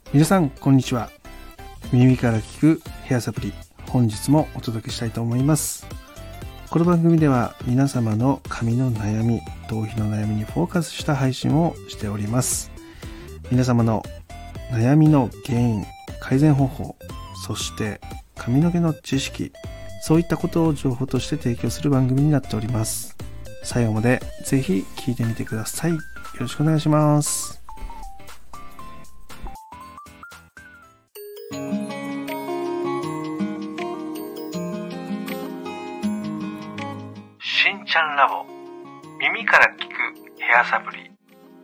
皆さんこんにちは。耳から聞くヘアサプリ、本日もお届けしたいと思います。この番組では皆様の髪の悩み、頭皮の悩みにフォーカスした配信をしております。皆様の悩みの原因、改善方法、そして髪の毛の知識、そういったことを情報として提供する番組になっております。最後までぜひ聞いてみてください。よろしくお願いします。 しんちゃんラボ、耳から聞くヘアサプリ。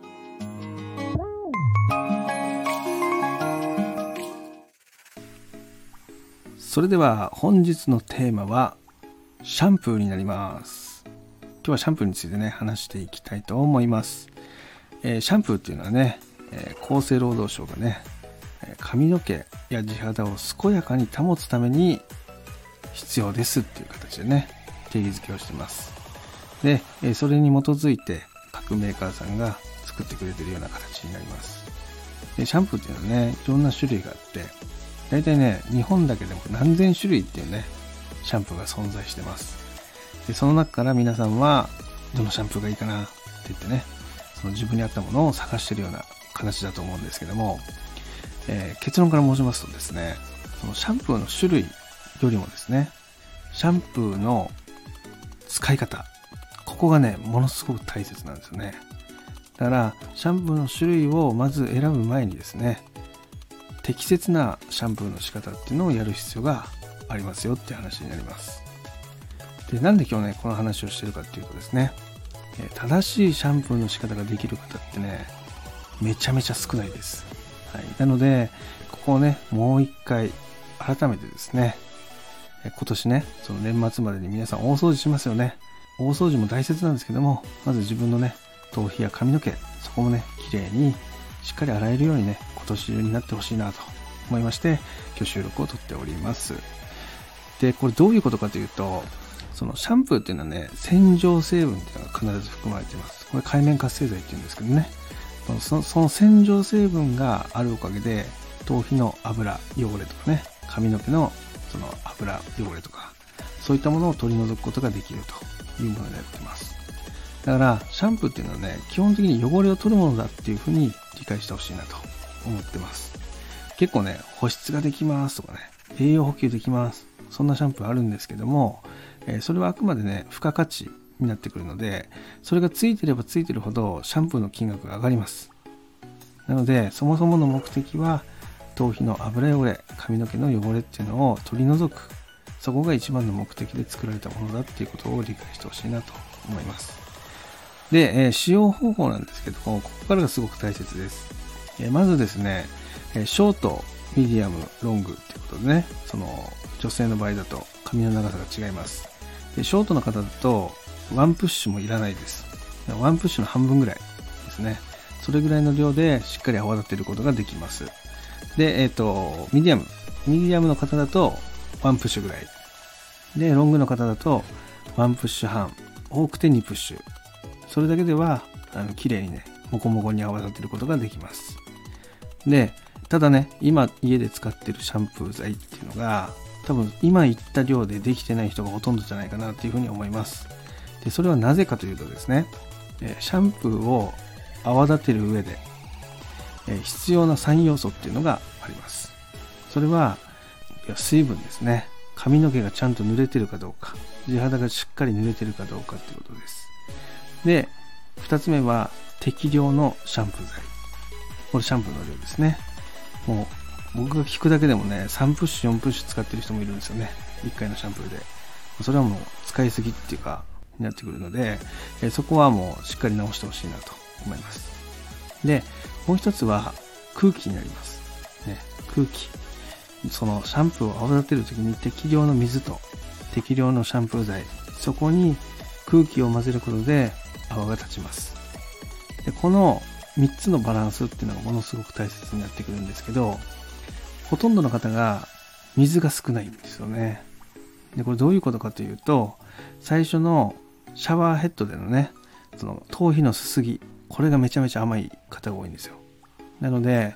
それでは本日のテーマはシャンプーになります。今日はシャンプーについてね話していきたいと思います。シャンプーっていうのはね、厚生労働省がね髪の毛や地肌を健やかに保つために必要ですっていう形でね定義づけをしています。で、それに基づいて各メーカーさんが作ってくれているような形になります。でシャンプーっていうのはねいろんな種類があって、だいたいね日本だけでも何千種類っていうねシャンプーが存在してます。でその中から皆さんはどのシャンプーがいいかなって言ってね、その自分に合ったものを探しているような形だと思うんですけども、結論から申しますとですね、そのシャンプーの種類よりもですね、シャンプーの使い方、ここがねものすごく大切なんですよね。だからシャンプーの種類をまず選ぶ前にですね、適切なシャンプーの仕方っていうのをやる必要がありますよって話になります。で、なんで今日ねこの話をしてるかっていうとですね、正しいシャンプーの仕方ができる方ってねめちゃめちゃ少ないです。はい、なのでここをねもう一回改めてですね、今年ねその年末までに皆さん大掃除しますよね。大掃除も大切なんですけども、まず自分のね頭皮や髪の毛、そこもね綺麗にしっかり洗えるようにね今年中になってほしいなと思いまして、今日収録を撮っております。でこれどういうことかというと、そのシャンプーっていうのはね洗浄成分っていうのが必ず含まれています。これ界面活性剤っていうんですけどね、その洗浄成分があるおかげで頭皮の油汚れとかね、髪の毛のその油汚れとかそういったものを取り除くことができるというものになっています。だからシャンプーっていうのはね基本的に汚れを取るものだっていうふうに理解してほしいなと思ってます。結構ね保湿ができますとかね、栄養補給できます、そんなシャンプーあるんですけども、それはあくまでね付加価値になってくるので、それがついてればついてるほどシャンプーの金額が上がります。なのでそもそもの目的は頭皮の油汚れ、髪の毛の汚れっていうのを取り除く、そこが一番の目的で作られたものだっていうことを理解してほしいなと思います。で、使用方法なんですけども、ここからがすごく大切です。まずですね、ショート、ミディアム、ロングっていうことでね、その女性の場合だと髪の長さが違います。でショートの方だとワンプッシュもいらないです。ワンプッシュの半分ぐらいですね。それぐらいの量でしっかり泡立てることができます。で、ミディアムの方だとワンプッシュぐらい。で、ロングの方だとワンプッシュ半、多くて2プッシュ。それだけでは綺麗にね、モコモコに泡立てることができます。で、ただね、今家で使ってるシャンプー剤っていうのが多分今言った量でできてない人がほとんどじゃないかなっていうふうに思います。でそれはなぜかというとですね、シャンプーを泡立てる上で、必要な3要素っていうのがあります。それは水分ですね。髪の毛がちゃんと濡れてるかどうか、地肌がしっかり濡れてるかどうかっていうことです。で2つ目は適量のシャンプー剤。これシャンプーの量ですね。もう僕が聞くだけでもね3プッシュ4プッシュ使ってる人もいるんですよね、1回のシャンプーで。それはもう使いすぎっていうかになってくるので、そこはもうしっかり直してほしいなと思います。でもう一つは空気になります、ね、空気。そのシャンプーを泡立てるときに適量の水と適量のシャンプー剤、そこに空気を混ぜることで泡が立ちます。でこの3つのバランスっていうのがものすごく大切になってくるんですけど、ほとんどの方が水が少ないんですよね。でこれどういうことかというと、最初のシャワーヘッドでのねその頭皮のすすぎ、これがめちゃめちゃ甘い方が多いんですよ。なので、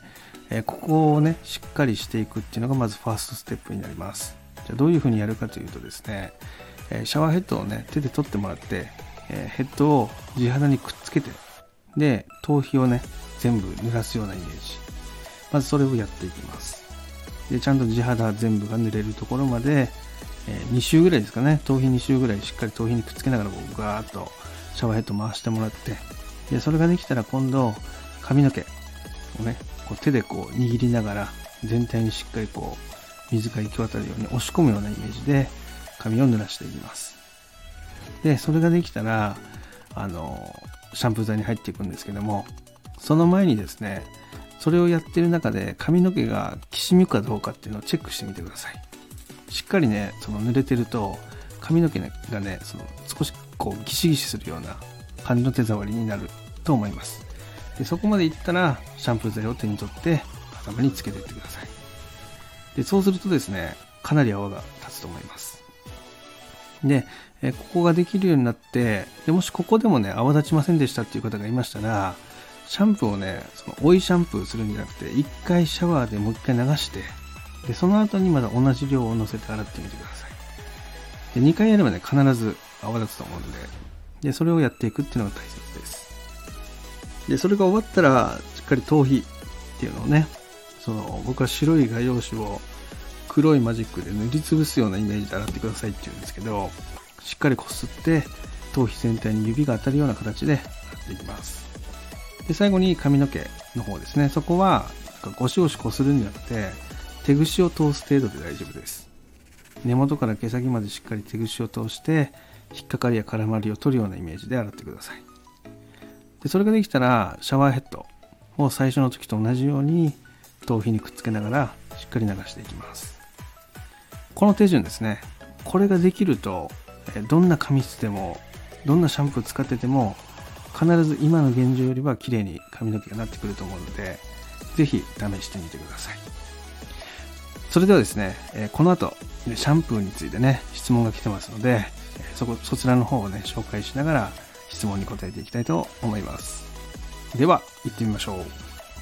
ここをねしっかりしていくっていうのがまずファーストステップになります。じゃあどういうふうにやるかというとですね、シャワーヘッドをね手で取ってもらって、ヘッドを地肌にくっつけて、で頭皮をね全部濡らすようなイメージ、まずそれをやっていきます。でちゃんと地肌全部が濡れるところまで、2周ぐらいですかね、頭皮2周ぐらいしっかり頭皮にくっつけながらガーッとシャワーヘッド回してもらって、でそれができたら今度髪の毛をねこう手でこう握りながら全体にしっかりこう水が行き渡るように押し込むようなイメージで髪を濡らしていきます。でそれができたらシャンプー剤に入っていくんですけども、その前にですねそれをやってる中で髪の毛がきしむかどうかっていうのをチェックしてみてください。しっかりねその濡れてると髪の毛がねその少しこうギシギシするような感じの手触りになると思います。でそこまでいったらシャンプー剤を手に取って頭につけていってください。でそうするとですねかなり泡が立つと思います。でここができるようになって、でもしここでもね泡立ちませんでしたっていう方がいましたら、シャンプーをねその追いシャンプーするんじゃなくて1回シャワーでもう1回流して、でその後にまだ同じ量を乗せて洗ってみてください。で2回やればね必ず泡立つと思うんで、それをやっていくっていうのが大切です。でそれが終わったらしっかり頭皮っていうのをね、僕は白い画用紙を黒いマジックで塗りつぶすようなイメージで洗ってくださいっていうんですけど、しっかりこすって頭皮全体に指が当たるような形で洗っていきます。で最後に髪の毛の方ですね、そこはゴシゴシこするんじゃなくて手ぐしを通す程度で大丈夫です。根元から毛先までしっかり手ぐしを通して引っかかりや絡まりを取るようなイメージで洗ってください。でそれができたらシャワーヘッドを最初の時と同じように頭皮にくっつけながらしっかり流していきます。この手順ですね、これができるとどんな髪質でもどんなシャンプー使ってても必ず今の現状よりは綺麗に髪の毛がなってくると思うので、ぜひ試してみてください。それではですね、この後シャンプーについてね質問が来てますので、そちらの方をね紹介しながら質問に答えていきたいと思います。では行ってみましょう。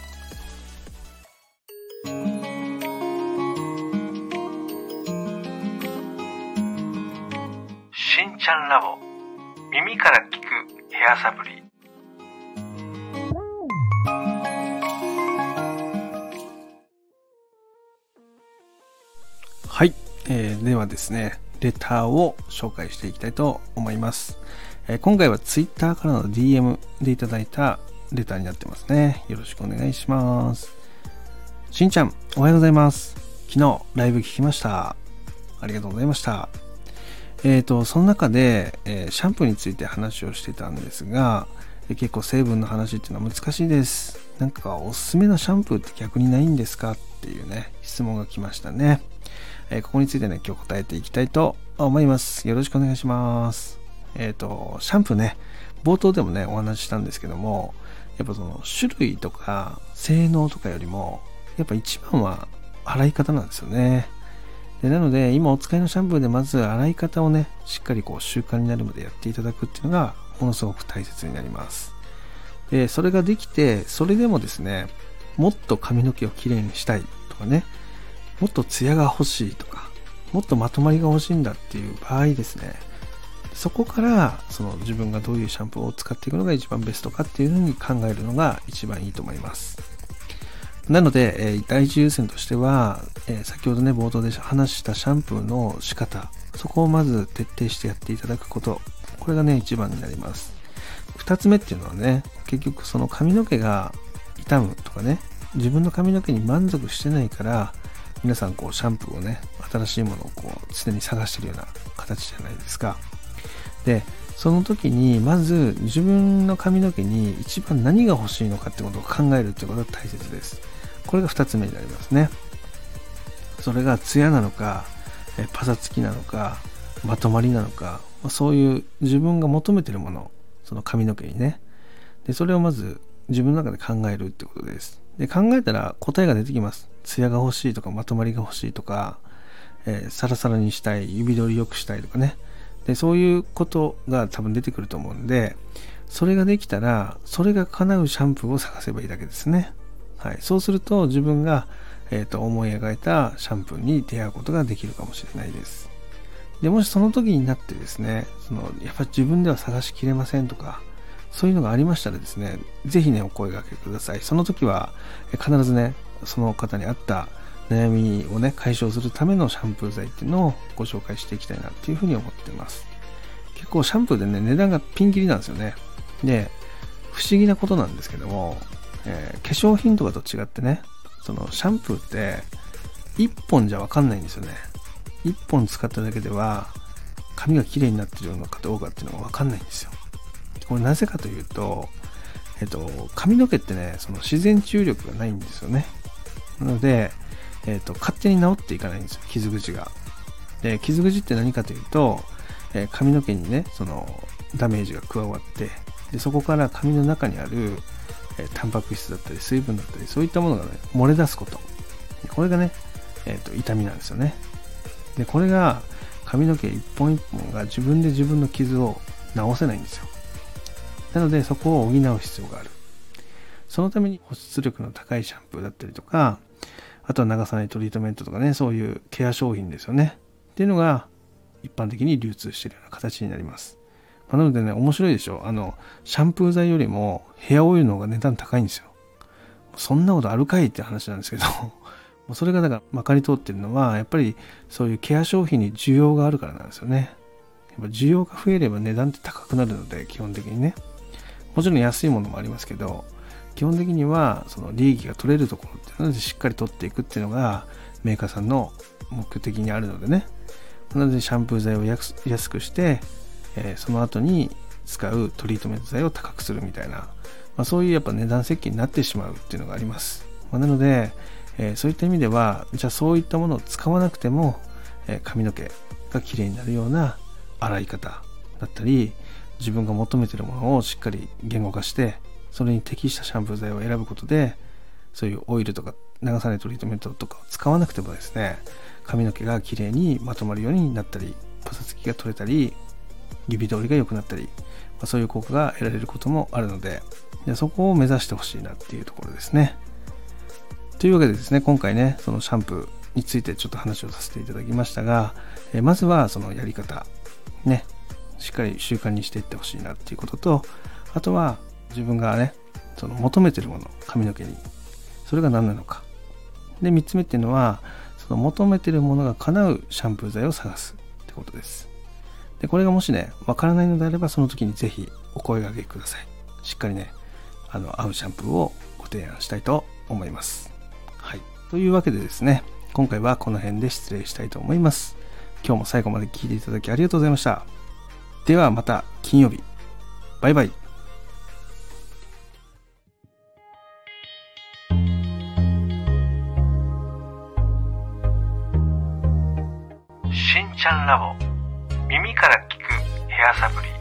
しんちゃんラボ、耳から聞くヘアサプリ。 はい、ではですねレターを紹介していきたいと思います。今回は Twitter からの DM でいただいたレターになってますね。よろしくお願いします。しんちゃんおはようございます。昨日ライブ聞きました。ありがとうございました。その中で、シャンプーについて話をしてたんですが、結構成分の話っていうのは難しいです。なんかおすすめのシャンプーって逆にないんですかっていうね質問が来ましたね。ここについてね今日答えていきたいと思います。よろしくお願いします。シャンプーね冒頭でもねお話ししたんですけども、やっぱその種類とか性能とかよりもやっぱ一番は洗い方なんですよね。でなので今お使いのシャンプーでまず洗い方をねしっかりこう習慣になるまでやっていただくっていうのがものすごく大切になります。でそれができて、それでもですねもっと髪の毛をきれいにしたいとかね、もっとツヤが欲しいとか、もっとまとまりが欲しいんだっていう場合ですね、そこからその自分がどういうシャンプーを使っていくのが一番ベストかっていうふうに考えるのが一番いいと思います。なので、第一優先としては、先ほどね冒頭で話したシャンプーの仕方、そこをまず徹底してやっていただくこと、これがね一番になります。二つ目っていうのはね、結局その髪の毛が傷むとかね、自分の髪の毛に満足してないから皆さんこうシャンプーをね新しいものをこう常に探してるような形じゃないですか。でその時にまず自分の髪の毛に一番何が欲しいのかってことを考えるってことが大切です。これが2つ目になりますね。それがツヤなのかパサつきなのかまとまりなのか、そういう自分が求めてるもの、その髪の毛にね、でそれをまず自分の中で考えるってことです。で考えたら答えが出てきます。ツヤが欲しいとかまとまりが欲しいとか、サラサラにしたい、指取り良くしたいとかね、でそういうことが多分出てくると思うんで、それができたらそれが叶うシャンプーを探せばいいだけですね。 はい、そうすると自分が、思い描いたシャンプーに出会うことができるかもしれないです。でもしその時になってですね、やっぱり自分では探しきれませんとか、そういうのがありましたらですね、ぜひね、お声掛けください。その時は必ずね、その方に合った悩みをね、解消するためのシャンプー剤っていうのをご紹介していきたいなっていうふうに思っています。結構シャンプーでね、値段がピンキリなんですよね。で、不思議なことなんですけども、化粧品とかと違ってね、シャンプーって1本じゃわかんないんですよね。1本使っただけでは髪が綺麗になってるのかどうかっていうのがわかんないんですよ。これなぜかというと、髪の毛ってね、自然治癒力がないんですよね。なので、勝手に治っていかないんですよ、傷口が。で、傷口って何かというと、髪の毛にね、ダメージが加わって、でそこから髪の中にある、タンパク質だったり水分だったり、そういったものがね、漏れ出すこと。これがね、痛みなんですよね。で、これが髪の毛一本一本が自分で自分の傷を治せないんですよ。なのでそこを補う必要がある。そのために保湿力の高いシャンプーだったりとか、あとは流さないトリートメントとかね、そういうケア商品ですよね。っていうのが一般的に流通しているような形になります。なのでね、面白いでしょ。シャンプー剤よりもヘアオイルの方が値段高いんですよ。そんなことあるかいって話なんですけど、それがだからまかり通ってるのは、やっぱりそういうケア商品に需要があるからなんですよね。やっぱ需要が増えれば値段って高くなるので、基本的にね。もちろん安いものもありますけど、基本的にはその利益が取れるところっていうのでしっかり取っていくっていうのがメーカーさんの目的にあるのでね。なのでシャンプー剤を安くして、その後に使うトリートメント剤を高くするみたいな、そういうやっぱ値段設計になってしまうっていうのがあります。なので、そういった意味では、じゃあそういったものを使わなくても、髪の毛が綺麗になるような洗い方だったり、自分が求めているものをしっかり言語化して、それに適したシャンプー剤を選ぶことで、そういうオイルとか流さないトリートメントとかを使わなくてもですね、髪の毛が綺麗にまとまるようになったり、パサつきが取れたり、指通りが良くなったり、そういう効果が得られることもあるので、そこを目指してほしいなっていうところですね。というわけでですね、今回ね、そのシャンプーについてちょっと話をさせていただきましたが、まずはそのやり方、ね、しっかり習慣にしていってほしいなっていうことと、あとは自分がね、その求めてるもの、髪の毛に、それが何なのか。で、3つ目っていうのは、その求めてるものが叶うシャンプー剤を探すってことです。で、これがもしね、わからないのであれば、その時にぜひお声掛けください。しっかりね、合うシャンプーをご提案したいと思います。はい。というわけでですね、今回はこの辺で失礼したいと思います。今日も最後まで聞いていただきありがとうございました。ではまた金曜日。バイバイ。 しんちゃんラボ、耳から聞くヘアサプリ。